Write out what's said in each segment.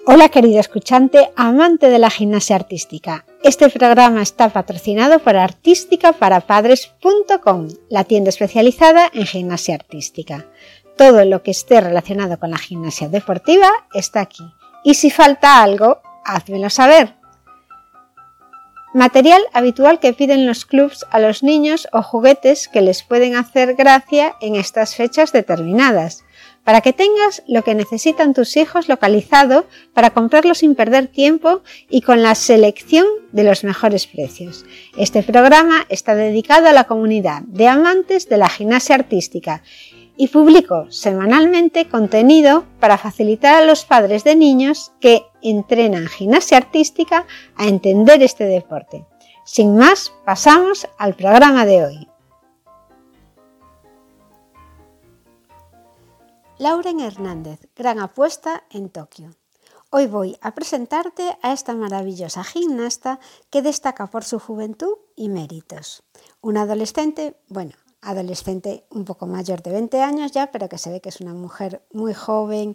Hola querido escuchante, amante de la gimnasia artística. Este programa está patrocinado por artísticaparapadres.com, la tienda especializada en gimnasia artística. Todo lo que esté relacionado con la gimnasia deportiva está aquí. Y si falta algo, házmelo saber. Material habitual que piden los clubs a los niños o juguetes que les pueden hacer gracia en estas fechas determinadas, para que tengas lo que necesitan tus hijos localizado para comprarlo sin perder tiempo y con la selección de los mejores precios. Este programa está dedicado a la comunidad de amantes de la gimnasia artística y publico semanalmente contenido para facilitar a los padres de niños que entrenan gimnasia artística a entender este deporte. Sin más, pasamos al programa de hoy. Lauren Hernández, gran apuesta en Tokio. Hoy voy a presentarte a esta maravillosa gimnasta que destaca por su juventud y méritos. Una adolescente un poco mayor de 20 años ya, pero que se ve que es una mujer muy joven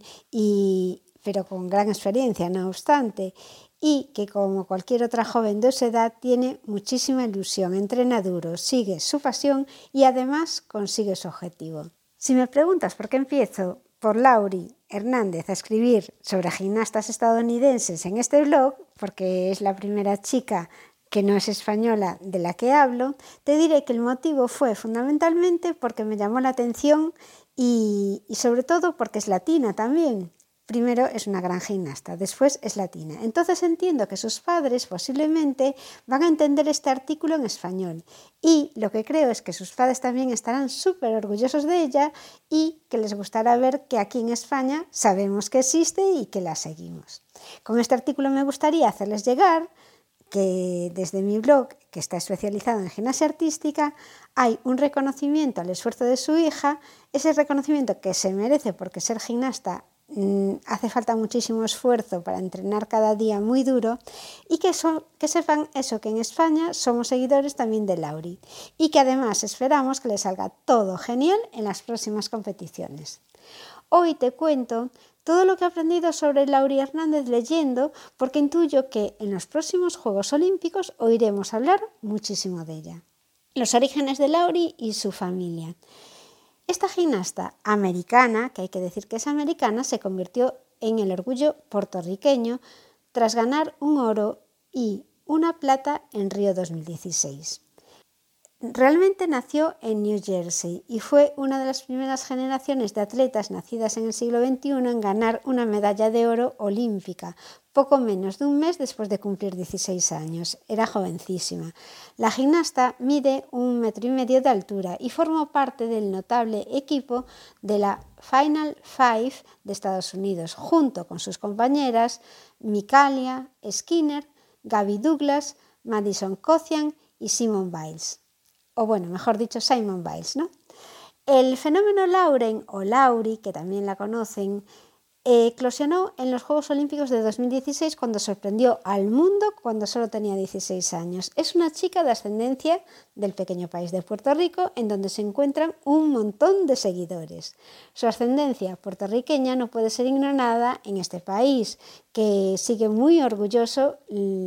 pero con gran experiencia, no obstante, y que como cualquier otra joven de su edad tiene muchísima ilusión, entrena duro, sigue su pasión y además consigue su objetivo. Si me preguntas por qué empiezo por Lauren Hernández a escribir sobre gimnastas estadounidenses en este blog, porque es la primera chica que no es española de la que hablo, te diré que el motivo fue fundamentalmente porque me llamó la atención y sobre todo porque es latina también. Primero es una gran gimnasta, después es latina. Entonces entiendo que sus padres posiblemente van a entender este artículo en español y lo que creo es que sus padres también estarán súper orgullosos de ella y que les gustará ver que aquí en España sabemos que existe y que la seguimos. Con este artículo me gustaría hacerles llegar que desde mi blog, que está especializado en gimnasia artística, hay un reconocimiento al esfuerzo de su hija, ese reconocimiento que se merece porque ser gimnasta hace falta muchísimo esfuerzo para entrenar cada día muy duro y que sepan eso, que en España somos seguidores también de Lauren y que además esperamos que le salga todo genial en las próximas competiciones. Hoy te cuento todo lo que he aprendido sobre Lauren Hernández leyendo porque intuyo que en los próximos Juegos Olímpicos oiremos hablar muchísimo de ella. Los orígenes de Lauren y su familia. Esta gimnasta americana, que hay que decir que es americana, se convirtió en el orgullo puertorriqueño tras ganar un oro y una plata en Río 2016. Realmente nació en New Jersey y fue una de las primeras generaciones de atletas nacidas en el siglo XXI en ganar una medalla de oro olímpica, poco menos de un mes después de cumplir 16 años. Era jovencísima. La gimnasta mide 1,5 metros de altura y formó parte del notable equipo de la Final Five de Estados Unidos, junto con sus compañeras Mikaela Skinner, Gabby Douglas, Madison Kocian y Simone Biles. O bueno, mejor dicho, Simone Biles, ¿no? El fenómeno Lauren o Lauri, que también la conocen, eclosionó en los Juegos Olímpicos de 2016 cuando sorprendió al mundo cuando solo tenía 16 años. Es una chica de ascendencia del pequeño país de Puerto Rico, en donde se encuentran un montón de seguidores. Su ascendencia puertorriqueña no puede ser ignorada en este país, que sigue muy orgulloso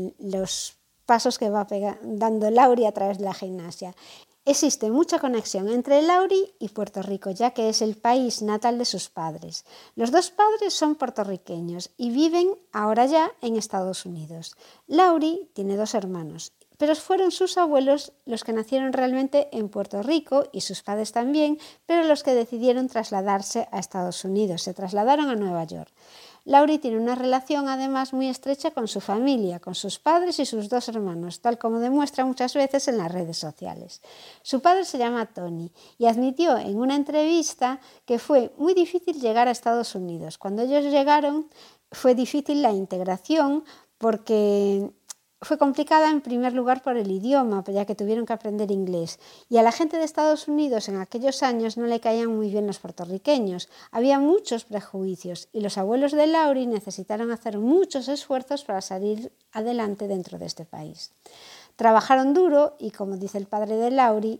los pasos que va dando Lauren a través de la gimnasia. Existe mucha conexión entre Lauren y Puerto Rico, ya que es el país natal de sus padres. Los dos padres son puertorriqueños y viven ahora ya en Estados Unidos. Lauren tiene 2 hermanos, pero fueron sus abuelos los que nacieron realmente en Puerto Rico y sus padres también, pero los que decidieron trasladarse a Estados Unidos, se trasladaron a Nueva York. Lauren tiene una relación además muy estrecha con su familia, con sus padres y sus 2 hermanos, tal como demuestra muchas veces en las redes sociales. Su padre se llama Tony y admitió en una entrevista que fue muy difícil llegar a Estados Unidos. Cuando ellos llegaron fue difícil la integración porque fue complicada en primer lugar por el idioma, ya que tuvieron que aprender inglés. Y a la gente de Estados Unidos en aquellos años no le caían muy bien los puertorriqueños. Había muchos prejuicios y los abuelos de Lauren necesitaron hacer muchos esfuerzos para salir adelante dentro de este país. Trabajaron duro y, como dice el padre de Lauren,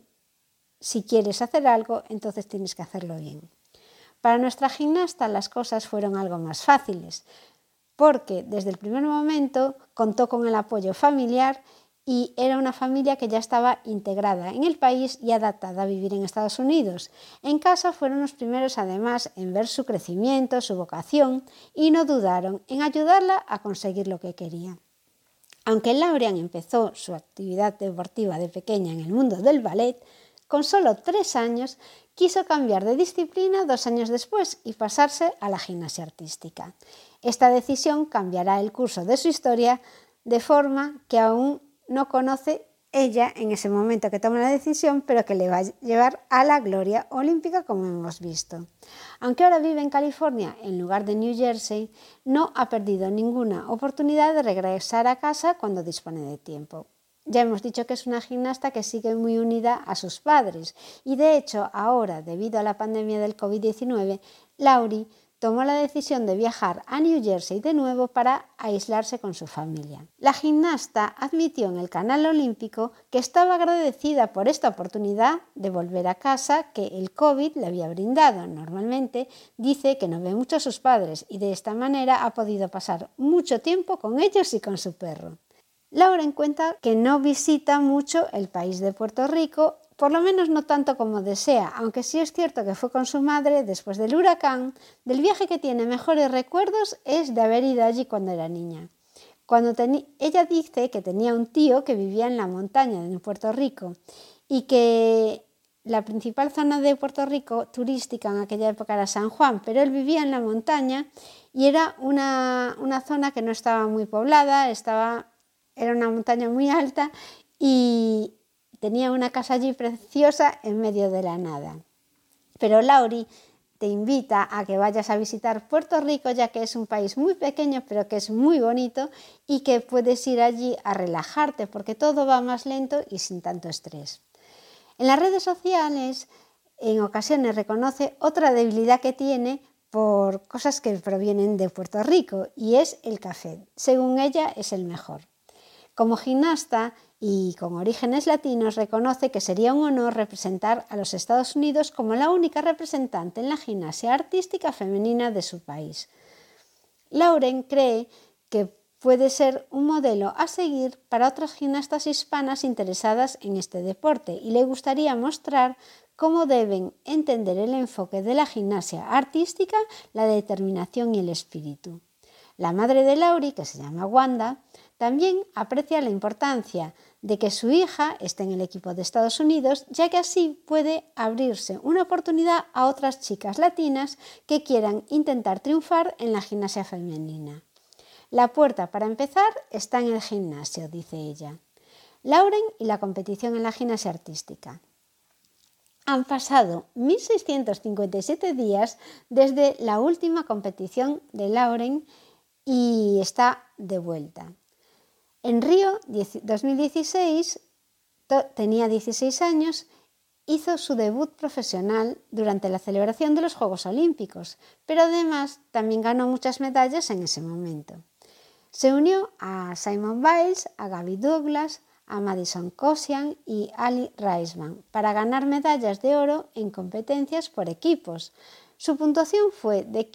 si quieres hacer algo, entonces tienes que hacerlo bien. Para nuestra gimnasta las cosas fueron algo más fáciles. porque desde el primer momento contó con el apoyo familiar y era una familia que ya estaba integrada en el país y adaptada a vivir en Estados Unidos. En casa fueron los primeros además en ver su crecimiento, su vocación, y no dudaron en ayudarla a conseguir lo que quería. Aunque Lauren empezó su actividad deportiva de pequeña en el mundo del ballet, con solo 3 años quiso cambiar de disciplina 2 años después y pasarse a la gimnasia artística. Esta decisión cambiará el curso de su historia de forma que aún no conoce ella en ese momento que toma la decisión, pero que le va a llevar a la gloria olímpica, como hemos visto. Aunque ahora vive en California en lugar de New Jersey, no ha perdido ninguna oportunidad de regresar a casa cuando dispone de tiempo. Ya hemos dicho que es una gimnasta que sigue muy unida a sus padres y de hecho ahora, debido a la pandemia del COVID-19, Laurie tomó la decisión de viajar a New Jersey de nuevo para aislarse con su familia. La gimnasta admitió en el canal olímpico que estaba agradecida por esta oportunidad de volver a casa que el COVID le había brindado. Normalmente dice que no ve mucho a sus padres y de esta manera ha podido pasar mucho tiempo con ellos y con su perro. Lauren cuenta que no visita mucho el país de Puerto Rico, por lo menos no tanto como desea, aunque sí es cierto que fue con su madre después del huracán. Del viaje que tiene mejores recuerdos es de haber ido allí cuando era niña. Ella dice que tenía un tío que vivía en la montaña en Puerto Rico y que la principal zona de Puerto Rico turística en aquella época era San Juan, pero él vivía en la montaña y era una zona que no estaba muy poblada, era una montaña muy alta y tenía una casa allí preciosa en medio de la nada. Pero Laurie te invita a que vayas a visitar Puerto Rico, ya que es un país muy pequeño, pero que es muy bonito y que puedes ir allí a relajarte porque todo va más lento y sin tanto estrés. En las redes sociales, en ocasiones reconoce otra debilidad que tiene por cosas que provienen de Puerto Rico y es el café. Según ella, es el mejor. Como gimnasta y con orígenes latinos, reconoce que sería un honor representar a los Estados Unidos como la única representante en la gimnasia artística femenina de su país. Lauren cree que puede ser un modelo a seguir para otras gimnastas hispanas interesadas en este deporte y le gustaría mostrar cómo deben entender el enfoque de la gimnasia artística, la determinación y el espíritu. La madre de Laurie, que se llama Wanda, también aprecia la importancia de que su hija esté en el equipo de Estados Unidos, ya que así puede abrirse una oportunidad a otras chicas latinas que quieran intentar triunfar en la gimnasia femenina. La puerta para empezar está en el gimnasio, dice ella. Lauren y la competición en la gimnasia artística. Han pasado 1.657 días desde la última competición de Lauren y está de vuelta. En Río 2016, tenía 16 años, hizo su debut profesional durante la celebración de los Juegos Olímpicos, pero además también ganó muchas medallas en ese momento. Se unió a Simone Biles, a Gabby Douglas, a Madison Kosian y Ali Raisman para ganar medallas de oro en competencias por equipos. Su puntuación fue de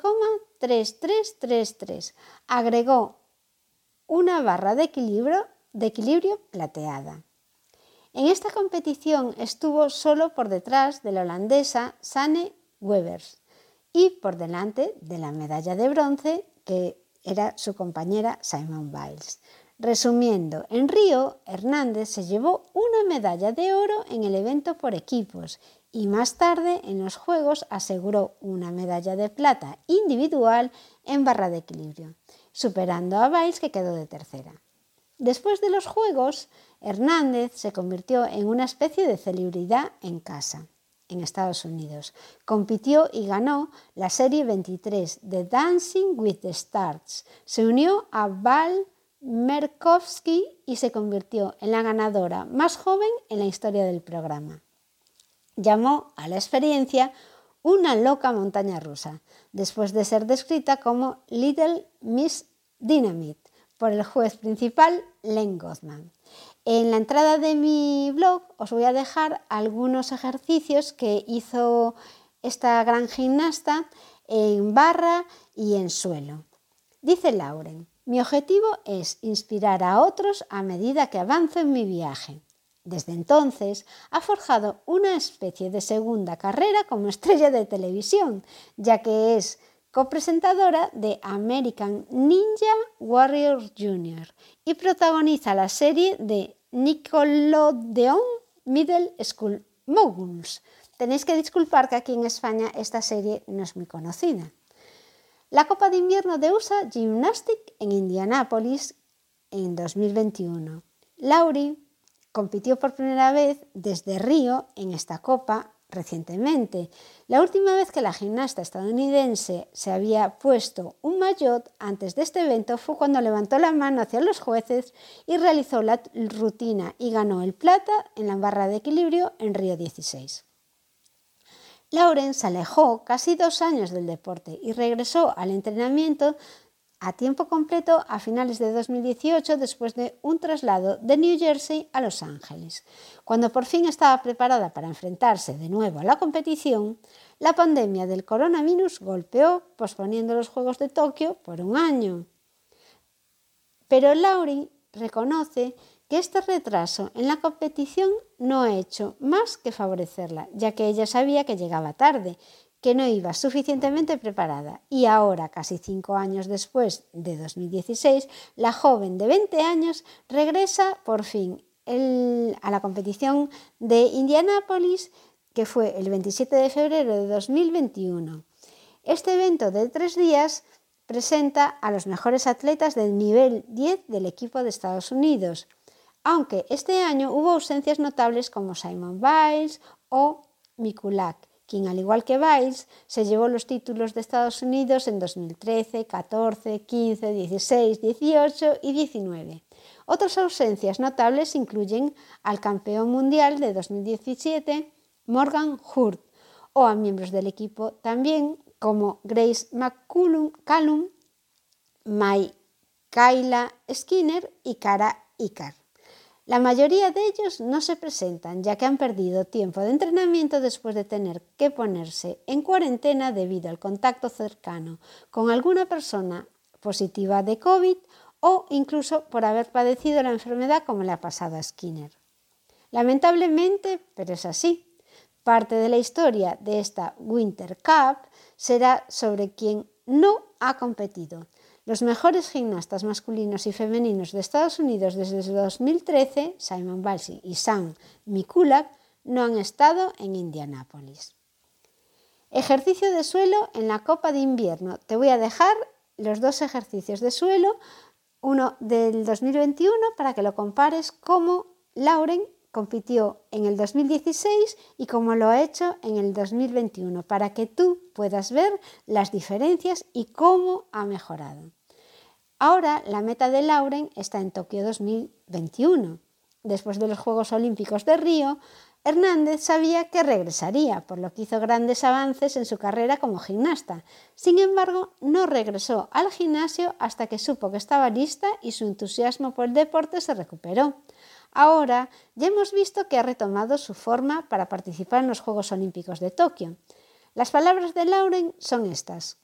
15,3333. Agregó una barra de equilibrio plateada. En esta competición estuvo solo por detrás de la holandesa Sanne Wevers y por delante de la medalla de bronce que era su compañera Simone Biles. Resumiendo, en Río, Hernández se llevó una medalla de oro en el evento por equipos y más tarde en los Juegos aseguró una medalla de plata individual en barra de equilibrio, superando a Biles, que quedó de tercera. Después de los Juegos, Hernández se convirtió en una especie de celebridad en casa, en Estados Unidos. Compitió y ganó la serie 23 de Dancing with the Stars. Se unió a Val Merkovsky y se convirtió en la ganadora más joven en la historia del programa. Llamó a la experiencia una loca montaña rusa, después de ser descrita como Little Miss Dynamite por el juez principal Len Goldman. En la entrada de mi blog os voy a dejar algunos ejercicios que hizo esta gran gimnasta en barra y en suelo. Dice Lauren: mi objetivo es inspirar a otros a medida que avanzo en mi viaje. Desde entonces ha forjado una especie de segunda carrera como estrella de televisión, ya que es copresentadora de American Ninja Warrior Jr. y protagoniza la serie de Nickelodeon Middle School Moguls. Tenéis que disculpar que aquí en España esta serie no es muy conocida. La Copa de Invierno de USA Gymnastics en Indianápolis en 2021. Laurie compitió por primera vez desde Río en esta Copa recientemente. La última vez que la gimnasta estadounidense se había puesto un maillot antes de este evento fue cuando levantó la mano hacia los jueces y realizó la rutina y ganó el plata en la barra de equilibrio en Río 16. Lauren se alejó casi 2 años del deporte y regresó al entrenamiento a tiempo completo a finales de 2018 después de un traslado de New Jersey a Los Ángeles. Cuando por fin estaba preparada para enfrentarse de nuevo a la competición, la pandemia del coronavirus golpeó, posponiendo los Juegos de Tokio por 1 año. Pero Laurie reconoce que este retraso en la competición no ha hecho más que favorecerla, ya que ella sabía que llegaba tarde, que no iba suficientemente preparada, y ahora, casi 5 años después de 2016, la joven de 20 años regresa por fin a la competición de Indianápolis, que fue el 27 de febrero de 2021. Este evento de 3 días presenta a los mejores atletas del nivel 10 del equipo de Estados Unidos, aunque este año hubo ausencias notables como Simone Biles o Mikulak, quien, al igual que Biles, se llevó los títulos de Estados Unidos en 2013, 14, 15, 16, 18 y 19. Otras ausencias notables incluyen al campeón mundial de 2017, Morgan Hurt, o a miembros del equipo también como Grace McCallum, Kayla Skinner y Cara Icahn. La mayoría de ellos no se presentan, ya que han perdido tiempo de entrenamiento después de tener que ponerse en cuarentena debido al contacto cercano con alguna persona positiva de COVID o incluso por haber padecido la enfermedad, como le ha pasado a Skinner. Lamentablemente, pero es así. Parte de la historia de esta Winter Cup será sobre quien no ha competido. Los mejores gimnastas masculinos y femeninos de Estados Unidos desde 2013, Simone Biles y Sam Mikulak, no han estado en Indianápolis. Ejercicio de suelo en la Copa de Invierno. Te voy a dejar los 2 ejercicios de suelo, uno del 2021 para que lo compares cómo Lauren compitió en el 2016 y cómo lo ha hecho en el 2021, para que tú puedas ver las diferencias y cómo ha mejorado. Ahora la meta de Lauren está en Tokio 2021. Después de los Juegos Olímpicos de Río, Hernández sabía que regresaría, por lo que hizo grandes avances en su carrera como gimnasta. Sin embargo, no regresó al gimnasio hasta que supo que estaba lista y su entusiasmo por el deporte se recuperó. Ahora ya hemos visto que ha retomado su forma para participar en los Juegos Olímpicos de Tokio. Las palabras de Lauren son estas: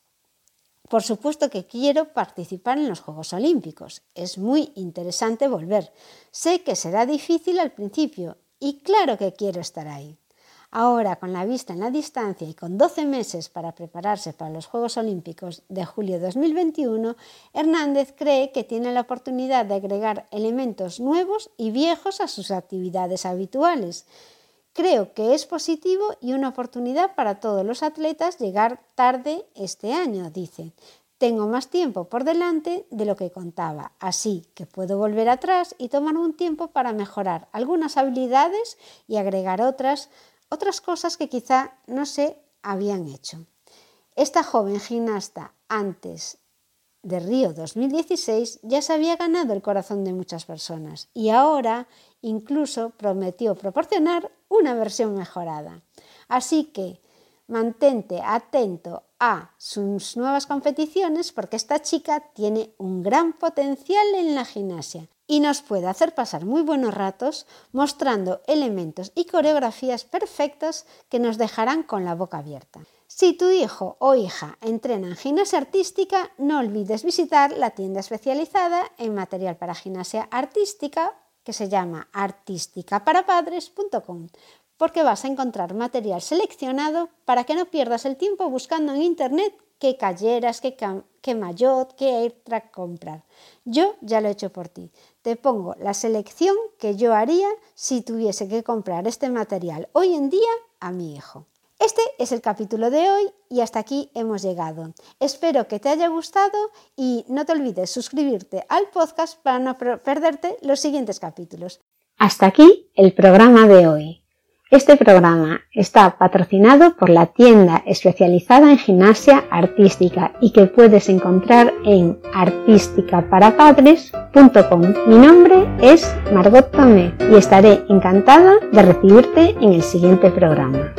por supuesto que quiero participar en los Juegos Olímpicos. Es muy interesante volver. Sé que será difícil al principio y claro que quiero estar ahí. Ahora, con la vista en la distancia y con 12 meses para prepararse para los Juegos Olímpicos de julio de 2021, Hernández cree que tiene la oportunidad de agregar elementos nuevos y viejos a sus actividades habituales. Creo que es positivo y una oportunidad para todos los atletas llegar tarde este año, dice. Tengo más tiempo por delante de lo que contaba, así que puedo volver atrás y tomar un tiempo para mejorar algunas habilidades y agregar otras cosas que quizá no se habían hecho. Esta joven gimnasta, antes de Río 2016, ya se había ganado el corazón de muchas personas y ahora incluso prometió proporcionar una versión mejorada. Así que mantente atento a sus nuevas competiciones, porque esta chica tiene un gran potencial en la gimnasia y nos puede hacer pasar muy buenos ratos mostrando elementos y coreografías perfectas que nos dejarán con la boca abierta. Si tu hijo o hija entrena en gimnasia artística, no olvides visitar la tienda especializada en material para gimnasia artística que se llama artisticaparapadres.com, porque vas a encontrar material seleccionado para que no pierdas el tiempo buscando en internet qué calleras, qué maillot, qué airtrack comprar. Yo ya lo he hecho por ti. Te pongo la selección que yo haría si tuviese que comprar este material hoy en día a mi hijo. Este es el capítulo de hoy y hasta aquí hemos llegado. Espero que te haya gustado y no te olvides suscribirte al podcast para no perderte los siguientes capítulos. Hasta aquí el programa de hoy. Este programa está patrocinado por la tienda especializada en gimnasia artística y que puedes encontrar en artisticaparapadres.com. Mi nombre es Margot Tomé y estaré encantada de recibirte en el siguiente programa.